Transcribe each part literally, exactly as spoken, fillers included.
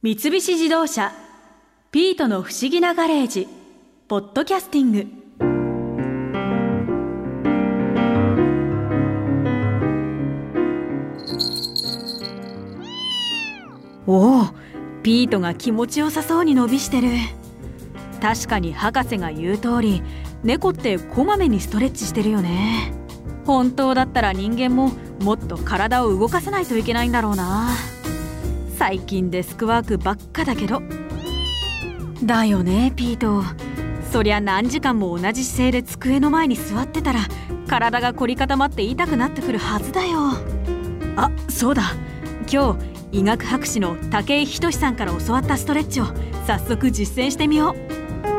三菱自動車ピートの不思議なガレージポッドキャスティング。おお、ピートが気持ちよさそうに伸びしてる。確かに博士が言う通り、猫ってこまめにストレッチしてるよね。本当だったら人間ももっと体を動かさないといけないんだろうな。最近デスクワークばっかだけど。だよねピート。そりゃ何時間も同じ姿勢で机の前に座ってたら体が凝り固まって痛くなってくるはずだよ。あ、そうだ、今日医学博士の武井仁さんから教わったストレッチを早速実践してみよう。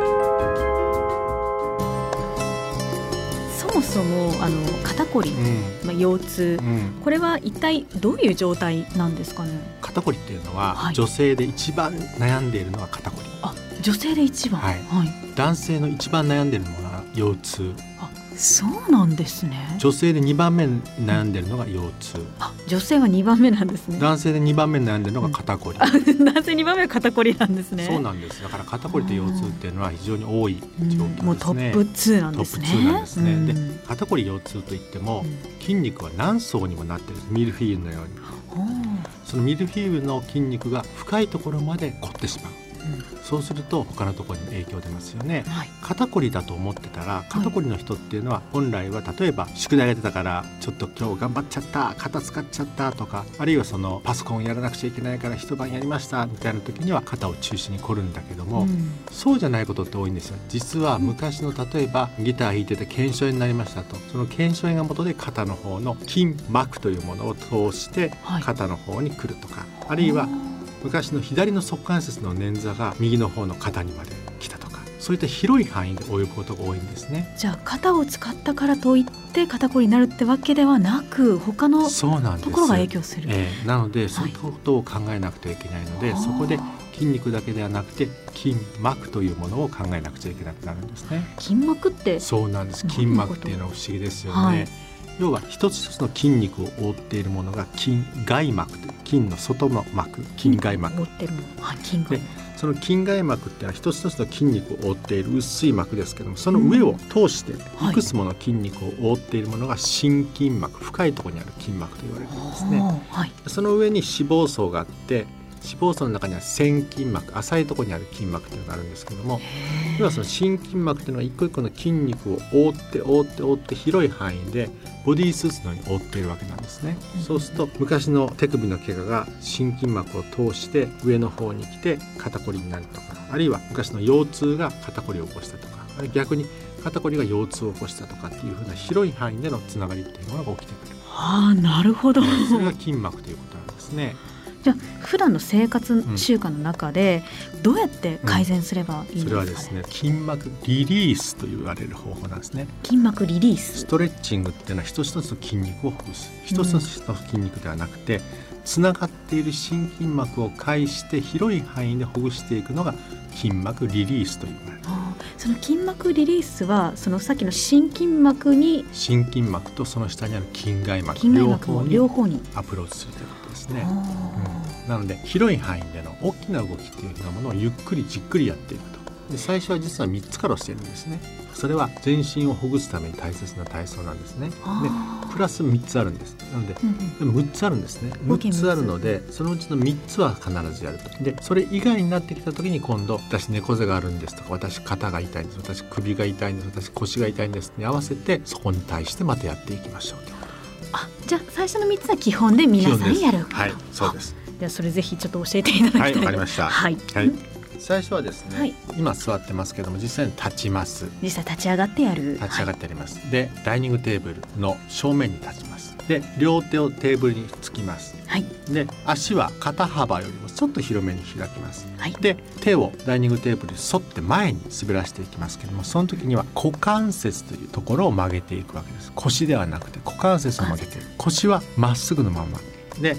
そもそもあの肩こり、うんまあ、腰痛、うん、これは一体どういう状態なんですかね。 肩こりっていうのは、はい、女性で一番悩んでいるのは肩こり。 あ、女性で一番、 はいはい、男性の一番悩んでいるのは腰痛。 あ、そうなんですね。 女性でにばんめに悩んでいるのが腰痛。 あ、女性はにばんめなんですね。 男性でにばんめに悩んでいるのが肩こり、 うん、男性にばんめは肩こりなんですね。 そうなんです。だから肩こりと腰痛っていうのは非常に多い状況ですね、 うん、もうトップツーなんですね。 トップツーなんですね、うん、で肩こり腰痛といっても、うん、筋肉は何層にもなっている。ミルフィーユのように、そのミルフィーユの筋肉が深いところまで凝ってしまう。うん、そうすると他のところに影響出ますよね、はい、肩こりだと思ってたら、肩こりの人っていうのは本来は例えば宿題が出たからちょっと今日頑張っちゃった、肩使っちゃったとか、あるいはそのパソコンやらなくちゃいけないから一晩やりましたみたいな時には肩を中心に凝るんだけども、うん、そうじゃないことって多いんですよ。実は昔の例えばギター弾いてて腱鞘炎になりましたと、その腱鞘炎が元で肩の方の筋膜というものを通して肩の方に来るとか、はい、あるいは昔の左の側関節の捻挫が右の方の肩にまで来たとか、そういった広い範囲で及ぶことが多いんですね。 じゃあ肩を使ったからといって肩こりになるってわけではなく、他のところが影響する。 えー、なのでそういったことを考えなくてはいけないので、はい、そこで筋肉だけではなくて筋膜というものを考えなくちゃいけなくなるんですね。 筋膜って。 そうなんです。筋膜っていうのは不思議ですよね、はい、要は一つ一つの筋肉を覆っているものが筋外膜という筋の外の膜、筋外膜、 覆ってるもの、はい、筋外膜。 でその筋外膜っていうのは一つ一つの筋肉を覆っている薄い膜ですけども、その上を通していくつもの筋肉を覆っているものが心筋膜、深いところにある筋膜と言われるんですね、はい、その上に脂肪層があって、脂肪層の中には線筋膜、浅いところにある筋膜というのがあるんですけども、要はその心筋膜というのは一個一個の筋肉を覆って覆って覆って広い範囲でボディースーツのように覆っているわけなんですね、うん、そうすると昔の手首の怪我が心筋膜を通して上の方に来て肩こりになるとか、あるいは昔の腰痛が肩こりを起こしたとか、あるいは逆に肩こりが腰痛を起こしたとかっていうふうな広い範囲でのつながりっていうのが起きてくる。 はあ、なるほど。 それが筋膜ということなんですね。 じゃあ普段の生活習慣の中でどうやって改善すればいいんですかね。うん、それはですね、 筋膜リリースと言われる方法なんですね。 筋膜リリース。 ストレッチングっていうのは一つ一つの筋肉をほぐす、一つ一つの筋肉ではなくて、うん、つながっている心筋膜を介して広い範囲でほぐしていくのが筋膜リリースと言われる。 あ、その筋膜リリースはそのさっきの心筋膜に、 心筋膜とその下にある筋外膜、 筋外膜両方にアプローチするということですね、うん、なので広い範囲での大きな動きっていうようなものをゆっくりじっくりやっていくと。で最初は実はみっつからしているんですね。それは全身をほぐすために大切な体操なんですね。でプラスみっつあるんです。なので、うんうん、むっつあるんですね。むっつあるのでそのうちのみっつは必ずやると。でそれ以外になってきた時に今度私猫背があるんですとか、私肩が痛いんです、私首が痛いんです、私腰が痛いんですに合わせてそこに対してまたやっていきましょうと。 あ、じゃあ最初のみっつは基本で皆さんやる。 はい、そうです。 ではそれぜひちょっと教えていただきたい。 はい、わかりました。 はい、 はい、最初はですね、はい、今座ってますけども実際に立ちます。 実際立ち上がってやる。 立ち上がってやります、はい、でダイニングテーブルの正面に立ちます。で両手をテーブルにつきます、はい、で足は肩幅よりもちょっと広めに開きます、はい、で手をダイニングテーブルに沿って前に滑らしていきますけども、その時には股関節というところを曲げていくわけです。腰ではなくて股関節を曲げている。腰はまっすぐのままで、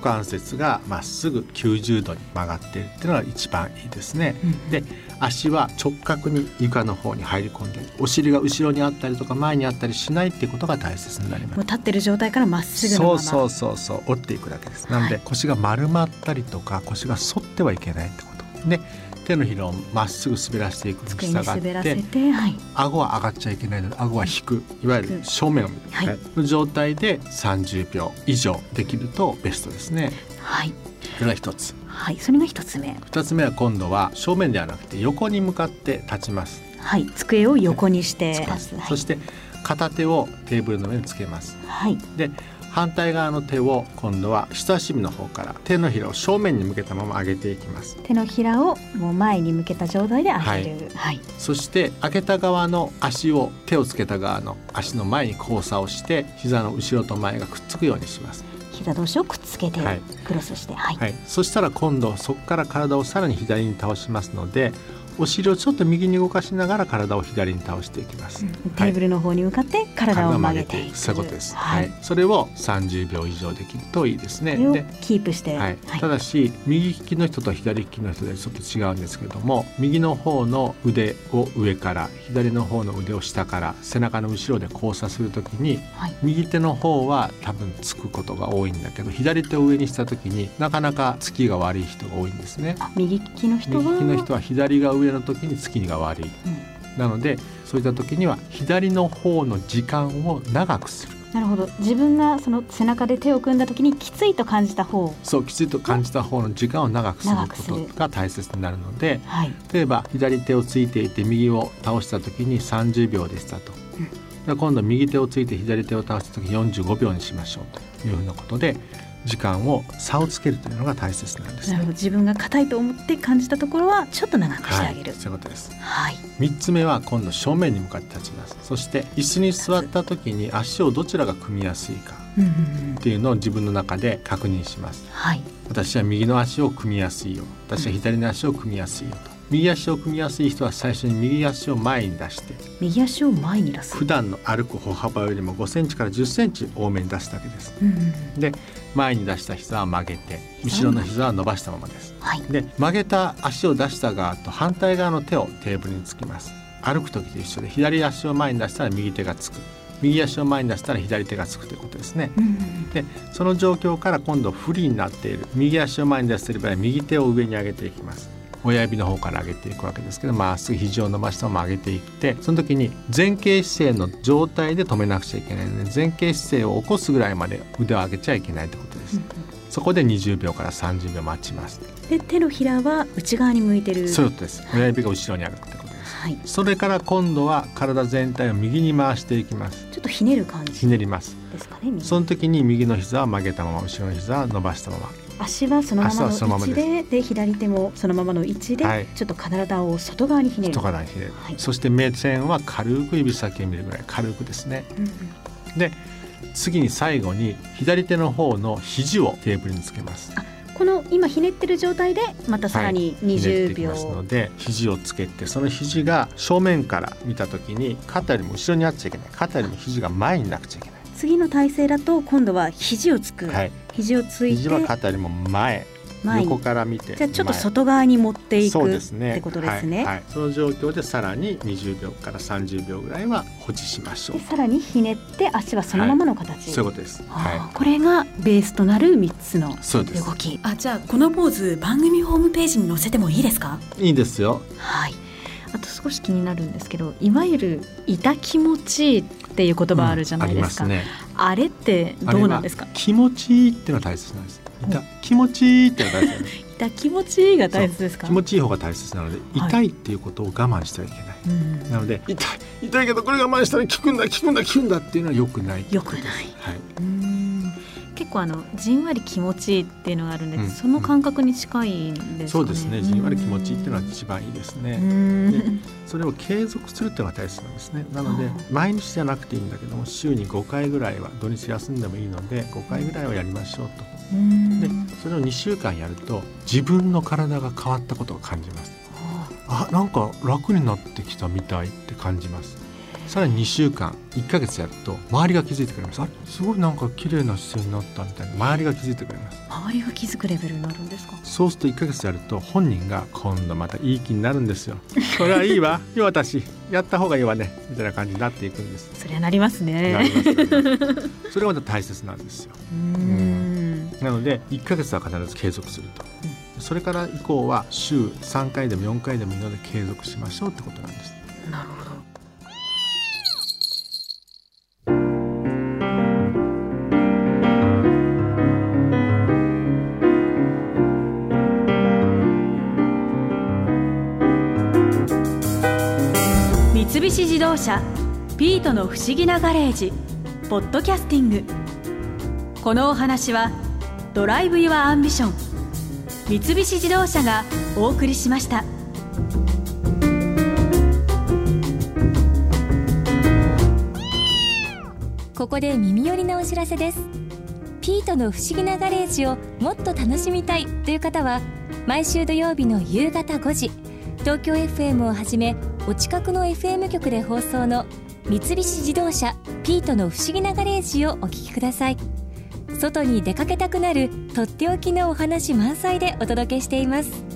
股関節がまっすぐきゅうじゅうどに曲がっているっていうのが一番いいですね、うん、で足は直角に床の方に入り込んで、お尻が後ろにあったりとか前にあったりしないっていうことが大切になります。 もう立ってる状態からまっすぐのままそうそうそうそう折っていくだけです。なので、はい、腰が丸まったりとか腰が反ってはいけないってことで、手のひらをまっすぐ滑らせていくに従って、 滑らせて、はい、 顎は上がっちゃいけないので顎は引く、いわゆる正面を見る、はい、の状態でさんじゅうびょう以上できるとベストですね。 はい、 それが一つ。 はい、それが一つ目。 二つ目は今度は正面ではなくて横に向かって立ちます。 はい、机を横にして立つ、はい、そして片手をテーブルの上につけます。 はい、 で反対側の手を今度は人差し指の方から手のひらを正面に向けたまま上げていきます。 手のひらをもう前に向けた状態で上げる、はいはい、 そして上げた側の足を手をつけた側の足の前に交差をして膝の後ろと前がくっつくようにします。 膝同士をくっつけて、はい、クロスして、はいはい、そしたら今度そこから体をさらに左に倒しますので、お尻をちょっと右に動かしながら体を左に倒していきます、うん、 テーブルの方に向かって体を曲げていく、 そういうことです、はいはい、それをさんじゅうびょう以上できるといいですね。 でキープして、 はいはい、ただし右利きの人と左利きの人でちょっと違うんですけども、右の方の腕を上から左の方の腕を下から背中の後ろで交差するときに、はい、右手の方は多分つくことが多いんだけど、左手を上にしたときになかなかつきが悪い人が多いんですね。 右利きの人は右利きの人は左が上の時につきが悪い、うん、なのでそういった時には左の方の時間を長くする。 なるほど、自分がその背中で手を組んだ時にきついと感じた方、 そうきついと感じた方の時間を長くすることが大切になるので、はい、例えば左手をついていて右を倒した時にさんじゅうびょうでしたと、うん、今度右手をついて左手を倒した時よんじゅうごびょうにしましょうというふうなことで時間を差をつけるというのが大切なんです、ね、 なるほど、自分が硬いと思って感じたところはちょっと長くしてあげる、 はい、そういうことです、 はい、 みっつめは今度正面に向かって立ちます。そして椅子に座った時に足をどちらが組みやすいかっていうのを自分の中で確認します、はい、私は右の足を組みやすいよ、私は左の足を組みやすいよと、右足を組みやすい人は最初に右足を前に出して、 右足を前に出す、 普段の歩く歩幅よりもごセンチからじゅっセンチ多めに出すだけです、うんうん、で前に出した膝は曲げて後ろの膝は伸ばしたままです、はい、で曲げた足を出した側と反対側の手をテーブルにつきます。歩く時と一緒で左足を前に出したら右手がつく、右足を前に出したら左手がつくということですね、うんうん、でその状況から今度不利になっている右足を前に出している場合は右手を上に上げていきます。親指の方から上げていくわけですけど、まっすぐ肘を伸ばしたまま上げていって、その時に前傾姿勢の状態で止めなくちゃいけないので、前傾姿勢を起こすぐらいまで腕を上げちゃいけないということです、うん、そこでにじゅうびょうからさんじゅうびょう待ちます。 で手のひらは内側に向いてる、 そうです、親指が後ろにあるってことです、はい、それから今度は体全体を右に回していきます。 ちょっとひねる感じひねりますですかね。 その時に右の膝は曲げたまま、後ろの膝は伸ばしたまま、 足はそのままの位置 で, で左手もそのままの位置で、はい、ちょっと体を外側にひねる、 外側にひねる、はい、そして目線は軽く指先を見るぐらい軽くですね、うんうん、で次に最後に左手の方の肘をテーブルにつけます。 あ、この今ひねってる状態でまたさらににじゅうびょう、 はい、ひねっていきますので肘をつけて、その肘が正面から見た時に肩よりも後ろにあっちゃいけない、肩よりも肘が前になくちゃいけない。 次の体勢だと今度は肘をつく、はい、肘をついて肘は肩よりも前、前横から見て、 じゃあちょっと外側に持っていくってことですね。 はいはい、その状況でさらににじゅうびょうからさんじゅうびょうぐらいは保持しましょう。 でさらにひねって足はそのままの形、はい、 そういうことです、 はい、これがベースとなるみっつの動き。あ、じゃあこのポーズ番組ホームページに載せてもいいですか？ いいですよ。 はい。あと少し気になるんですけど、いわゆる痛気持ちいいっていう言葉あるじゃないですか、うんありますね、あれってどうなんですか？ 気持ちいいっていうのは大切なんです。痛気持ちいいっていうのは大切なんです。 痛気持ちいいが大切ですか？ 気持ちいい方が大切なので、痛いっていうことを我慢してはいけない、はい、なので痛い痛いけどこれ我慢したら効くんだ効くんだ効くんだっていうのは良くない。 良くない、はい、うーん結構あのじんわり気持ちいいっていうのがあるんで、うん、その感覚に近いんですかね。 そうですね、じんわり気持ちいいっていうのは一番いいですね。でそれを継続するっていうのが大切なんですね。なので毎日じゃなくていいんだけども、週にごかいぐらいは土日休んでもいいのでごかいぐらいはやりましょうと。でそれをにしゅうかんやると自分の体が変わったことを感じます。あ、なんか楽になってきたみたいって感じます。さらににしゅうかんいっかげつやると周りが気づいてくれます。あれすごいなんか綺麗な姿勢になったみたいな、周りが気づいてくれます。 周りが気づくレベルになるんですか？ そうするといっかげつやると本人が今度またいい気になるんですよ。これはいいわよ、私やった方がいいわねみたいな感じになっていくんです。 それはなりますね。 なりますなりますそれがまた大切なんですよ。 うーん、 なのでいっかげつは必ず継続すると、うん、それから以降は週さんかいでもよんかいでもいいので継続しましょうってことなんです。 なるほど。三菱自動車ピートの不思議なガレージポッドキャスティング。このお話はドライブ・ユア・アンビション三菱自動車がお送りしました。 ここで耳寄りなお知らせです。ピートの不思議なガレージをもっと楽しみたいという方は、毎週土曜日の夕方ごじ、東京 エフエム をはじめお近くの エフエム 局で放送の三菱自動車ピートの不思議なガレージをお聞きください。外に出かけたくなるとっておきのお話満載でお届けしています。